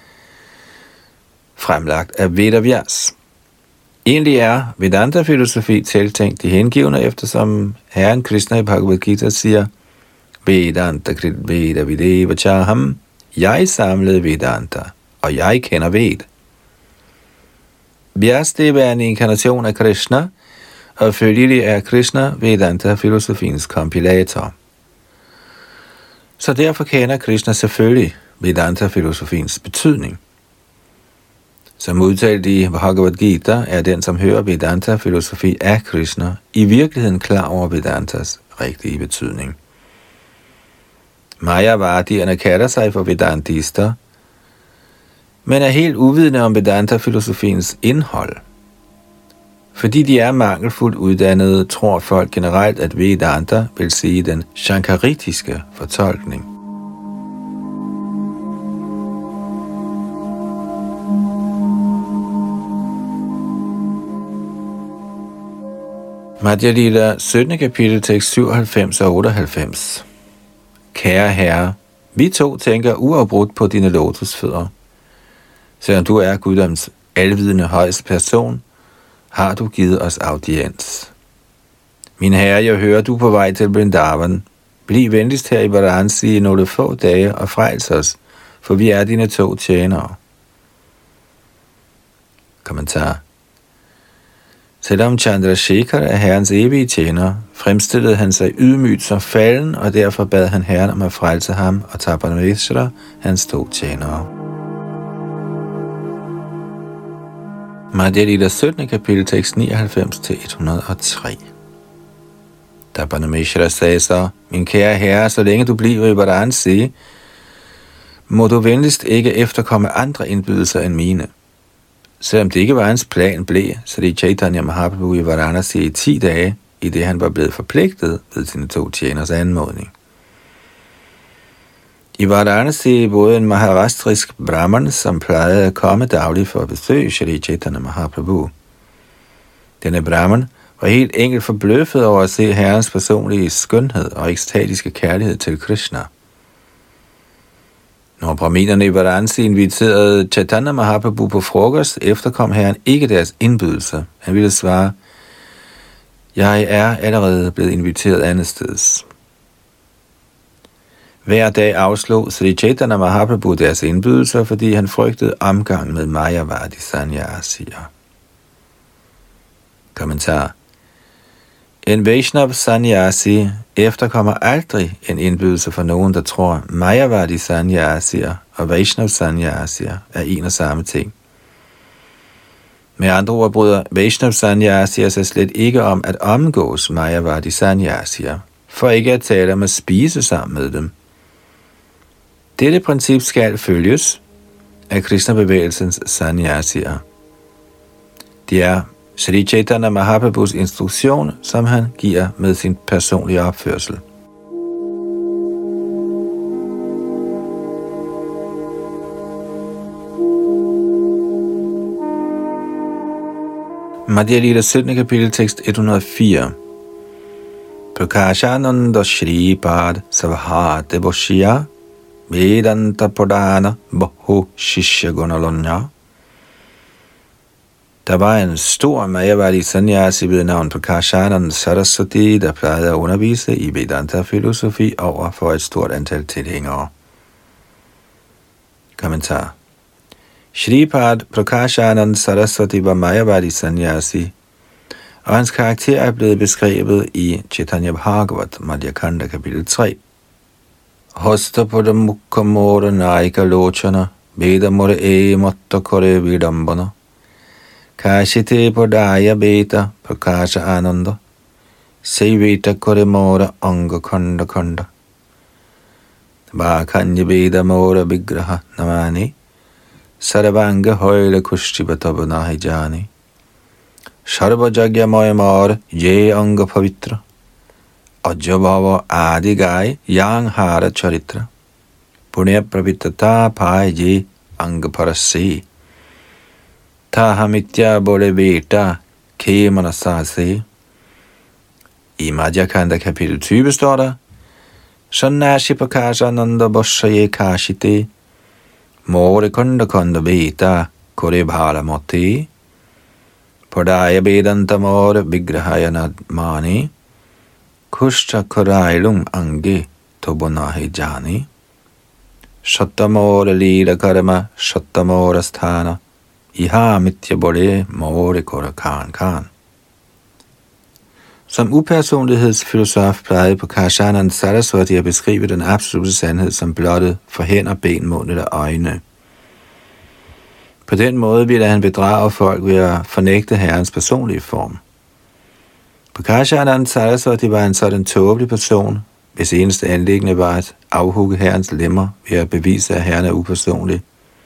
fremlagt af Vedavyas. Egentlig er Vedanta-filosofi tiltænkt de hengivne, eftersom Herren Krishna i Bhagavad Gita siger, Vedanta krit Veda Videva Chaham, jeg samlede Vedanta, og jeg kender Ved. Vyasdeva er en inkarnation af Krishna, og følgelig er Krishna Vedanta-filosofiens kompilator. Så derfor kender Krishna selvfølgelig Vedanta-filosofiens betydning. Som udtalt i Bhagavad Gita, er den, som hører Vedanta-filosofi af Krishna, i virkeligheden klar over Vedantas rigtige betydning. Mayavadierne kalder sig for Vedantister, men er helt uvidende om Vedanta-filosofiens indhold. Fordi de er mangelfuldt uddannede, tror folk generelt, at Vedanta vil sige den shankaritiske fortolkning. Madhya Lila, 17. kapitel, tekst 97 og 98. Kære herre, vi to tænker uafbrudt på dine lotusfødder. Selvom du er guddoms alvidende højeste person, har du givet os audiens. Min herre, jeg hører, du er på vej til Vrindavan. Bliv venligst her i Varanasi i nogle få dage og frels os, for vi er dine 2 tjenere. Kommentar. Selvom Chandrasekhar er herrens evige tjener, fremstillede han sig ydmygt som falden, og derfor bad han herren om at frelse ham og Tapanameshvara, hans 2 tjenere. Madhya Lila, 17. kapitel, tekst 99-103. Tapanameshvara sagde så, min kære herre, så længe du bliver i Varanasi, må du venligst ikke efterkomme andre indbydelser end mine. Selvom det ikke var hans plan, blev Sri Chaitanya Mahaprabhu i Varanasi i 10 dage, i det han var blevet forpligtet ved sine 2 tjeners anmodning. I Varanasi boede en maharastrisk brahman, som plejede at komme dagligt for at besøge Sri Chaitanya Mahaprabhu. Denne brahman var helt enkelt forbløffet over at se herrens personlige skønhed og ekstatiske kærlighed til Krishna. Når brahminerne i Varanasi inviterede Chaitanya Mahaprabhu på frokost, efterkom herren ikke deres indbydelse. Han ville svare, jeg er allerede blevet inviteret andetsteds. Hver dag afslog Sri Chaitanya Mahaprabhu deres indbydelser, fordi han frygtede omgang med Mayavadi Sanyasier. Kommentar. En Vaishnav Sanyasi efterkommer aldrig en indbydelse fra nogen, der tror, Mayavadi Sanyasier og Vaishnav Sanyasier er en og samme ting. Med andre ord bryder Vaishnav Sanyasier sig slet ikke om at omgås Mayavadi Sanyasier, for ikke at tale om at spise sammen med dem. Dette princip skal følges af Krishna-bevægelsens Sanyasier. Det er Sri Chaitanya Mahaprabhus instruktion, som han giver med sin personlige opførsel. Madhya Lila, 17. kapitel, tekst 104. Prakashananda Shripad Savha Devoshya Vedanta Pradana Bahu Shishya Gunalanya. Der var en stor Mayavadi Sanyasi ved navn Prakashananda Saraswati, der plejede at undervise i Vedanta-filosofi over for et stort antal tilhængere. Kommentar. Shripad Prakashananda Saraswati var Mayavadi Sanyasi, og hans karakter er blevet beskrevet i Chaitanya Bhagavat, Madhya Kanda, kapitel 3. Hosta pada mukha mora naika lochana, veda mora matta kore vidambana. Kashite padaya beta prakasha ananda, sevita kore mora anga khanda khanda. Vakanya veda mora vigraha namani, sarvanga højle kushtivatava nahi jani. Sarva jagya maya mara ye anga pavitra, ajabhava adi gai yang hara charitra. Punya pravitata pai je anga parasi. Tahamitya bole veta ke manasase. I Madhyakanda kapitel 20 står der: Sannashi prakasha ananda boshaye kashite, more kunda kunda veta kore bhala moti. Padaya vedanta more vigrahaya nadmani, kushta korailum ange tobonahi jani. Shattamore lila karma, shattamore sthana, iha mitya bole more kora kan. Som upersonlighedsfilosof plejede Prakashananda Saraswati at beskrive den absolute sandhed som blottet for hænder, ben, mund eller øjne. På den måde ville han bedrage folk ved at fornægte herrens personlige form. Prakashananda Saraswati var en sådan tåbelig person, hvis eneste anliggende var at afhugge herrens lemmer ved at bevise, at herren er upersonlig.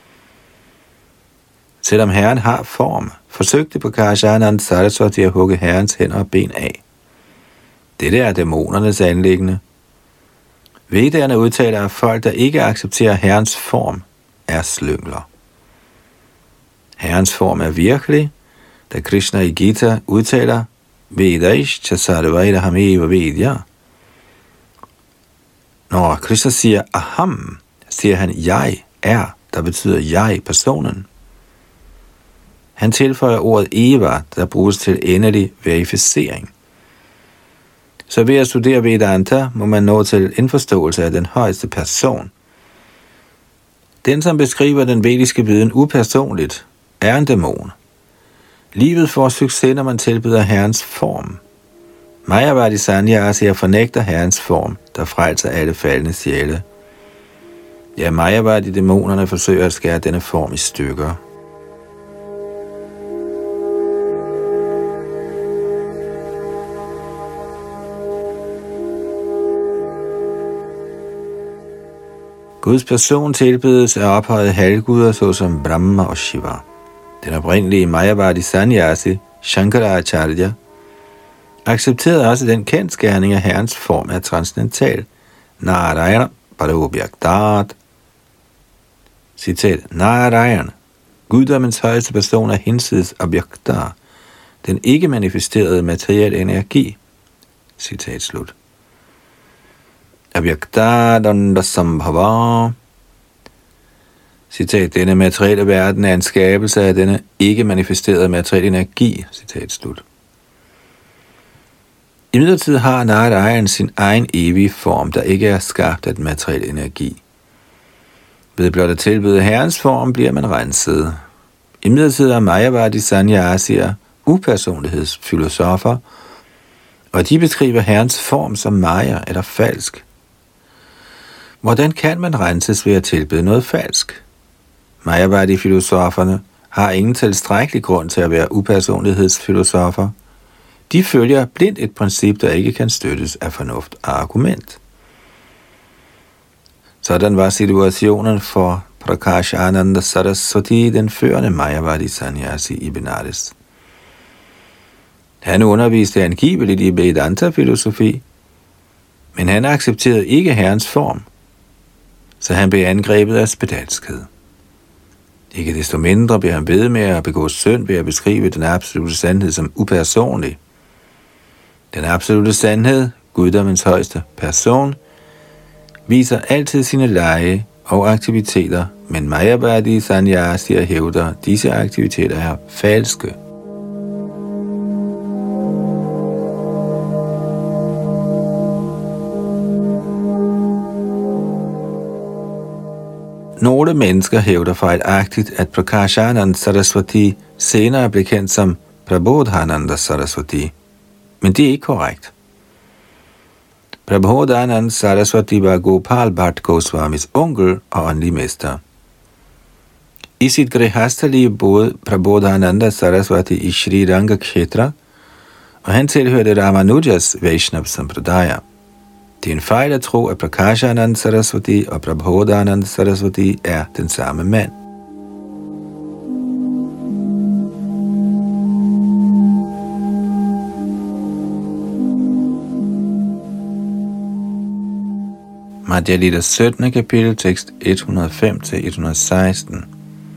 Selvom herren har form, forsøgte Prakashananda Saraswati at hugge herrens hænder og ben af. Dette er dæmonernes anliggende. Vedderne udtaler, at folk, der ikke accepterer herrens form, er slyngler. Herrens form er virkelig, da Krishna i Gita udtaler, Vedaish chasarvaidaham eva vedya. Når Krishna siger aham, siger han jeg er, der betyder jeg, personen. Han tilføjer ordet eva, der bruges til endelig verificering. Så ved at studere Vedanta, må man nå til en forståelse af den højeste person. Den, som beskriver den vediske viden upersonligt, er en dæmon. Livet får succes, når man tilbyder herrens form. Mayavadi Sanyasi fornægter herrens form, der frelser alle faldne sjæle. Ja, Mayavadi dæmonerne forsøger at skære denne form i stykker. Guds person tilbedes af ophøjede halvguder såsom Brahma og Shiva. Den oprindelige Mayavadi Sanyasi, Shankaracharya, accepterede også den kendskærning af herrens form er transcendental. Narayana Parobhyaktat. Citat: Narayana, guddommens højeste person er hinsides abhyakta, den ikke manifesterede materielle energi. Citat slut. Abhyakta danda sambhava. Citat: denne materielle verden er en skabelse af denne ikke manifesterede materielle energi. Citat slut. Imidlertid har Narayana sin egen evige form, der ikke er skabt af den materielle energi. Ved blot at tilbyde herrens form bliver man renset. Imidlertid er Mayavadi Sanyasier upersonlighedsfilosofer, og de beskriver herrens form som maya eller falsk. Hvordan kan man renses ved at tilbede noget falsk? Mayavadi-filosoferne har ingen tilstrækkelig grund til at være upersonlighedsfilosofer. De følger blindt et princip, der ikke kan støttes af fornuft og argument. Sådan var situationen for Prakashananda Saraswati, den førende Mayavadi Sanyasi i Benares. Han underviste angiveligt i Vedanta-filosofi, men han accepterede ikke herrens form, så han blev angrebet af spedalskhed. Ikke desto mindre blev han ved med at begå synd ved at beskrive den absolute sandhed som upersonlig. Den absolute sandhed, guddommens højeste person, viser altid sine lege og aktiviteter, men Mayavadi Sanyasier hævder, at disse aktiviteter er falske. Nogle mennesker hævder fejlagtigt, at Prakashananda Saraswati senere blev kendt som Prabodhananda Saraswati, men det er ikke korrekt. Prabodhananda Saraswati var Gopal Bhatt Goswamis onkel og åndelig mester. I sit grihastha-liv boede Prabodhananda Saraswati i Sri Ranga Kshetra, og han tilhørte Ramanujas Vaishnav Sampradaya. Det er en fejl at tro, at Prakashananda Saraswati og Prabodhananda Saraswati er den samme mand. Madhya Lila 17. kapitel, tekst 105-116.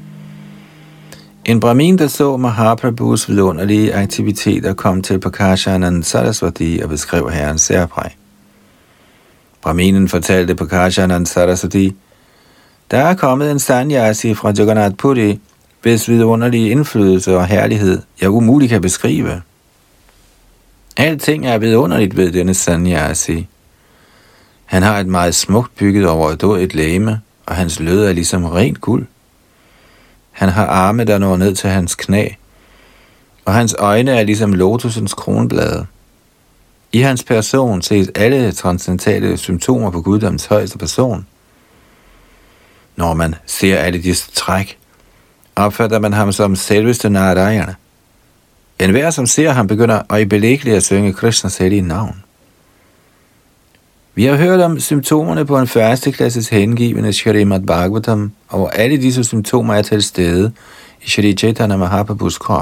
En brahmin, der så Mahaprabhus vidunderlige aktiviteter, kom til Prakashananda Saraswati og beskrev herrens særpræg. Brahminen fortalte Prakashananda Saraswati, der er kommet en sannyasi fra Jagannath Puri, hvis vidunderlige indflydelse og herlighed jeg umuligt kan beskrive. Alting er vidunderligt ved denne sannyasi. Han har et meget smukt bygget overdådigt legeme, og hans lød er ligesom rent guld. Han har arme, der når ned til hans knæ, og hans øjne er ligesom lotusens kronblade. I hans person ses alle transcendentale symptomer på guddommens højeste person. Når man ser alle disse træk, opfatter man ham som selveste Narayana. Enhver, som ser ham, begynder øjeblikkeligt at synge Krishnas hellige navn. Vi har hørt om symptomerne på en førsteklasses hengivende Srimad Bhagavatam, og alle disse symptomer er til stede i Shri Chaitanya Mahaprabhus krop.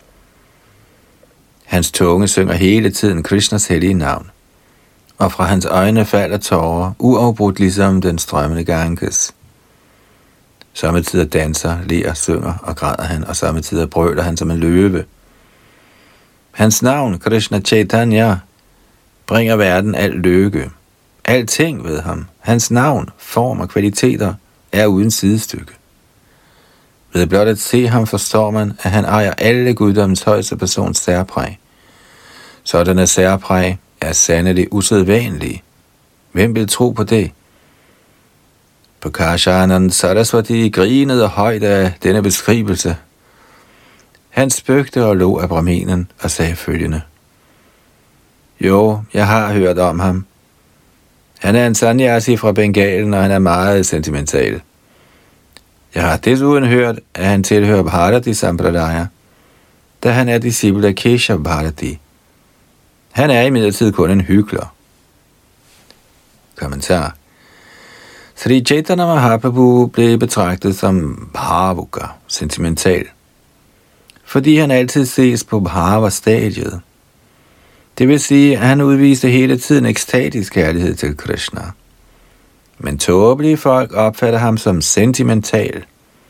Hans tunge synger hele tiden Krishnas hellige navn, og fra hans øjne falder tårer, uafbrudt ligesom den strømmende Ganges. Sommetider danser, ler, synger og græder han, og sommetider brøler han som en løve. Hans navn, Krishna Chaitanya, bringer verden al lykke. Alting ved ham, hans navn, form og kvaliteter, er uden sidestykke. Ved blot at se ham forstår man, at han ejer alle guddommens højeste persons særpræg. Sådanne særpræg er sandelig usædvanlige. Hvem vil tro på det? Prakashananda Saraswati grinede højt af denne beskrivelse. Han spøgte og lå af brahminen og sagde følgende: Jo, jeg har hørt om ham. Han er en sannyasi fra Bengalen, og han er meget sentimental. Jeg har desuden hørt, at han tilhører Bharati Sampradaya, da han er disciple af Keshav Bharati. Han er imidlertid kun en hykler. Kommentar. Sri Chaitanya Mahaprabhu blev betragtet som bhavuka, sentimental, fordi han altid ses på bhava-stadiet. Det vil sige, at han udviste hele tiden ekstatisk kærlighed til Krishna. Men tåbelige folk opfatter ham som sentimental.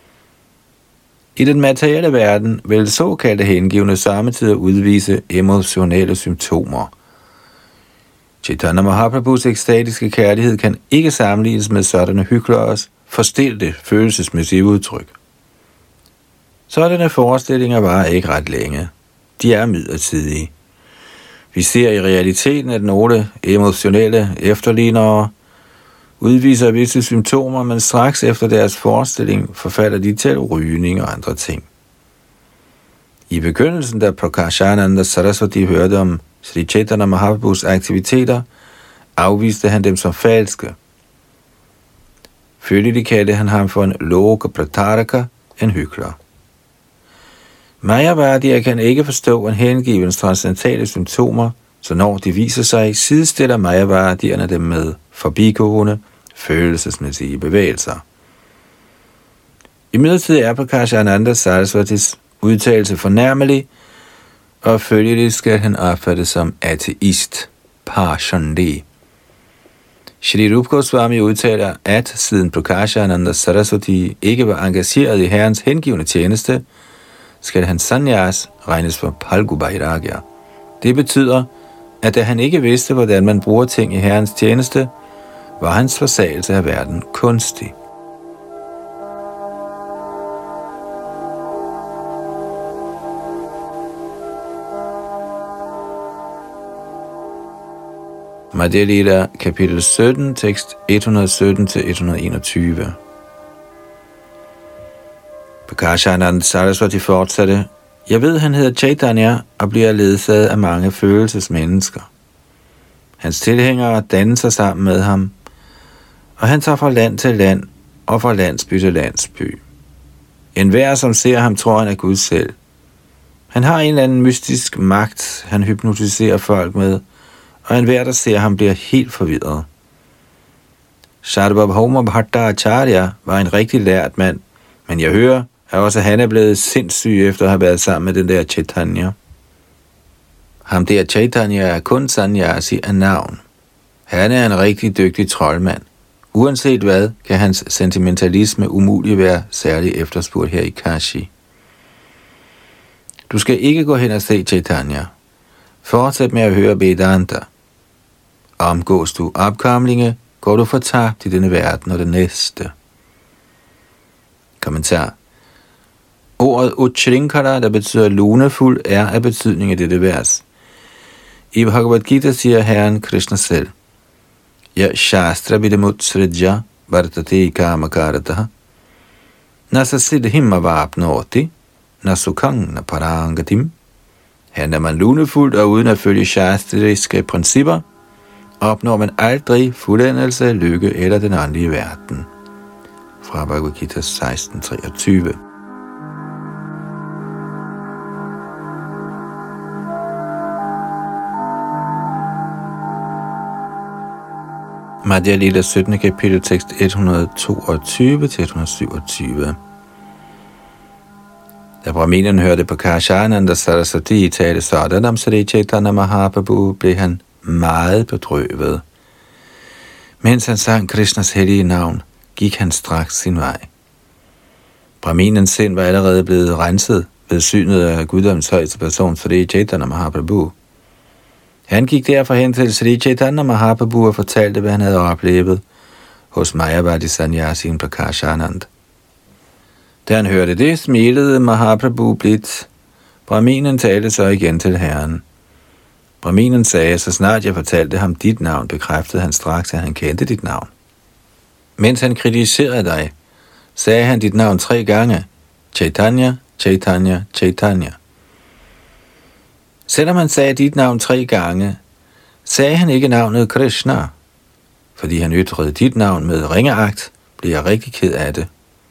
I den materielle verden vil såkaldte hengivne samtidig udvise emotionelle symptomer. Chaitanya Mahaprabhus ekstatiske kærlighed kan ikke sammenlignes med sådanne hykleres forstilte følelsesmæssige udtryk. Sådanne forestillinger varer ikke ret længe. De er midlertidige. Vi ser i realiteten, at nogle emotionelle efterlignere udviser visse symptomer, men straks efter deres forestilling forfalder de til rygning og andre ting. I begyndelsen, da Prakashananda Saraswati hørte om Sri Chaitanya Mahaprabhus aktiviteter, afviste han dem som falske. Følgelig kaldte han ham for en loka prataraka, en hykler. Mayavadier kan ikke forstå en hengivens transcendentale symptomer, så når de viser sig, sidestiller Mayavadierne dem med forbigående, følelsesmæssige bevægelser. Imidlertid er Prakashananda Saraswatis udtalelse fornærmelig, og følgelig skal han opfattes som ateist, parshandi. Shri Rupa Goswami udtaler, at siden Prakashananda Saraswati ikke var engageret i herrens hengivne tjeneste, skal hans sannyas regnes for palgubairagya. Det betyder, at da han ikke vidste, hvordan man bruger ting i herrens tjeneste, var hans forsagelse af verden kunstig. Madhya Lila, kapitel 17, tekst 117-121. Prakashananda Saraswati fortsatte: Jeg ved, han hedder Chaitanya og bliver ledsaget af mange følelsesmennesker. Hans tilhængere danser sammen med ham, og han tager fra land til land og fra landsby til landsby. Enhver, som ser ham, tror han er Gud selv. Han har en eller anden mystisk magt, han hypnotiserer folk med, og enhver, der ser ham, bliver helt forvirret. Sarvabhauma Bhattacharya var en rigtig lært mand, men jeg hører, at også han er blevet sindssyg efter at have været sammen med den der Chaitanya. Ham der Chaitanya er kun sannyasi af navn. Han er en rigtig dygtig troldmand. Uanset hvad, kan hans sentimentalisme umuligt være særlig efterspurgt her i Kashi. Du skal ikke gå hen og se Chaitanya. Fortsæt med at høre Vedanta. Omgås du opkomlinge, går du fortabt i denne verden og det næste. Kommentar. Ordet Uchrinkara, der betyder lunefuld, er af betydning i dette vers. I Bhagavad Gita siger Herren Krishna selv: Ja shastra vidamutsridja vartate kamakarataha nasa siddhim avapnoti nasukang na parangatim. Handler man lunefuldt og uden at følge shastriske principper, opnår man aldrig fuldendelse, lykke eller den åndelige verden. Fra Bhagavad Gita 16:23. Madhya Lila 17. kapitel, tekst 122-127. Da Brahminen hørte Prakashananda Saraswati tale sådan om Sri Chaitanya Mahaprabhu, blev han meget bedrøvet. Mens han sang Krishnas hellige navn, gik han straks sin vej. Brahminens sind var allerede blevet renset ved synet af guddommens højeste person, Sri Chaitanya Mahaprabhu. Han gik derfor hen til Sri Chaitanya Mahaprabhu og fortalte, hvad han havde oplevet hos Mayavadi Sannyasin Prakashanand. Da han hørte det, smilede Mahaprabhu blidt. Brahminen talte så igen til Herren. Brahminen sagde, så snart jeg fortalte ham dit navn, bekræftede han straks, at han kendte dit navn. Mens han kritiserede dig, sagde han dit navn 3 gange. Chaitanya, Chaitanya, Chaitanya. Selvom han sagde dit navn 3 gange, sagde han ikke navnet Krishna. Fordi han ytrede dit navn med ringeagt, blev jeg rigtig ked af det.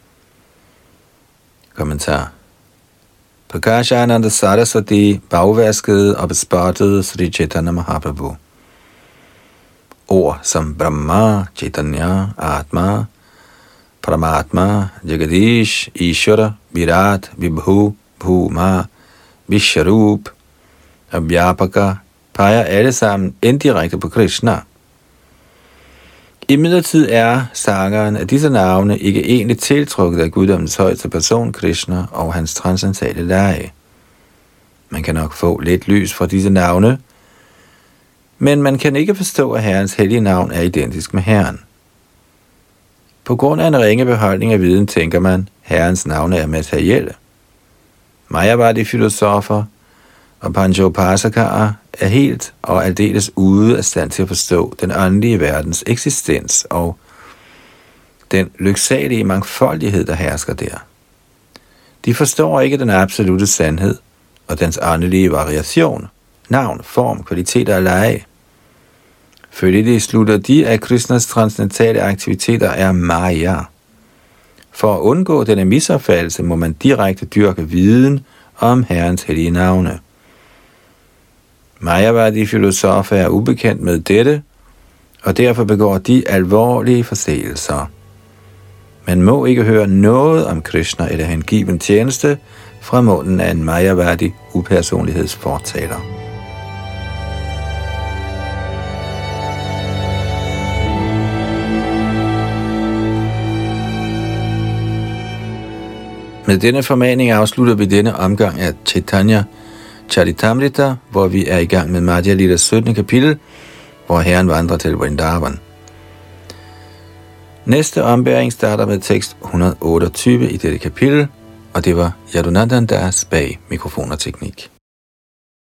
Kommentar. Prakashananda Saraswati bagvaskede og bespottede Sri Chaitanya Mahaprabhu. Ord som Brahma, Chaitanya, Atma, Paramatma, Jagadish, Ishvara, Virat, Vibhu, Bhuma, Vishwarup og Vyapaka peger alle sammen indirekte på Krishna. Imidlertid er sangeren af disse navne ikke egentlig tiltrukket af guddommens højeste person, Krishna, og hans transcendentale leje. Man kan nok få lidt lys fra disse navne, men man kan ikke forstå, at Herrens hellige navn er identisk med Herren. På grund af en ringe beholdning af viden tænker man, Herrens navne er materielle. Mayavadi-filosofer og Panchopasakarer er helt og aldeles ude af stand til at forstå den åndelige verdens eksistens og den lyksalige mangfoldighed, der hersker der. De forstår ikke den absolute sandhed og dens åndelige variation, navn, form, kvaliteter og leje. Følgelig slutter de af Krishnas transcendentale aktiviteter er Maya. For at undgå denne misopfattelse må man direkte dyrke viden om Herrens hellige navne. Mayavadi-filosofer er ubekendt med dette, og derfor begår de alvorlige forseelser. Man må ikke høre noget om Krishna eller hengiven tjeneste fra munden af en Mayavadi upersonlighedsfortaler. Med denne formaning afslutter vi denne omgang af Chaitanya Charitamrita, hvor vi er i gang med Madhya Lila 17. kapitel, hvor Herren vandrer til Vrindavan. Næste ombæring starter med tekst 128 i dette kapitel, og det var Yadunandan Das bag mikrofon og teknik.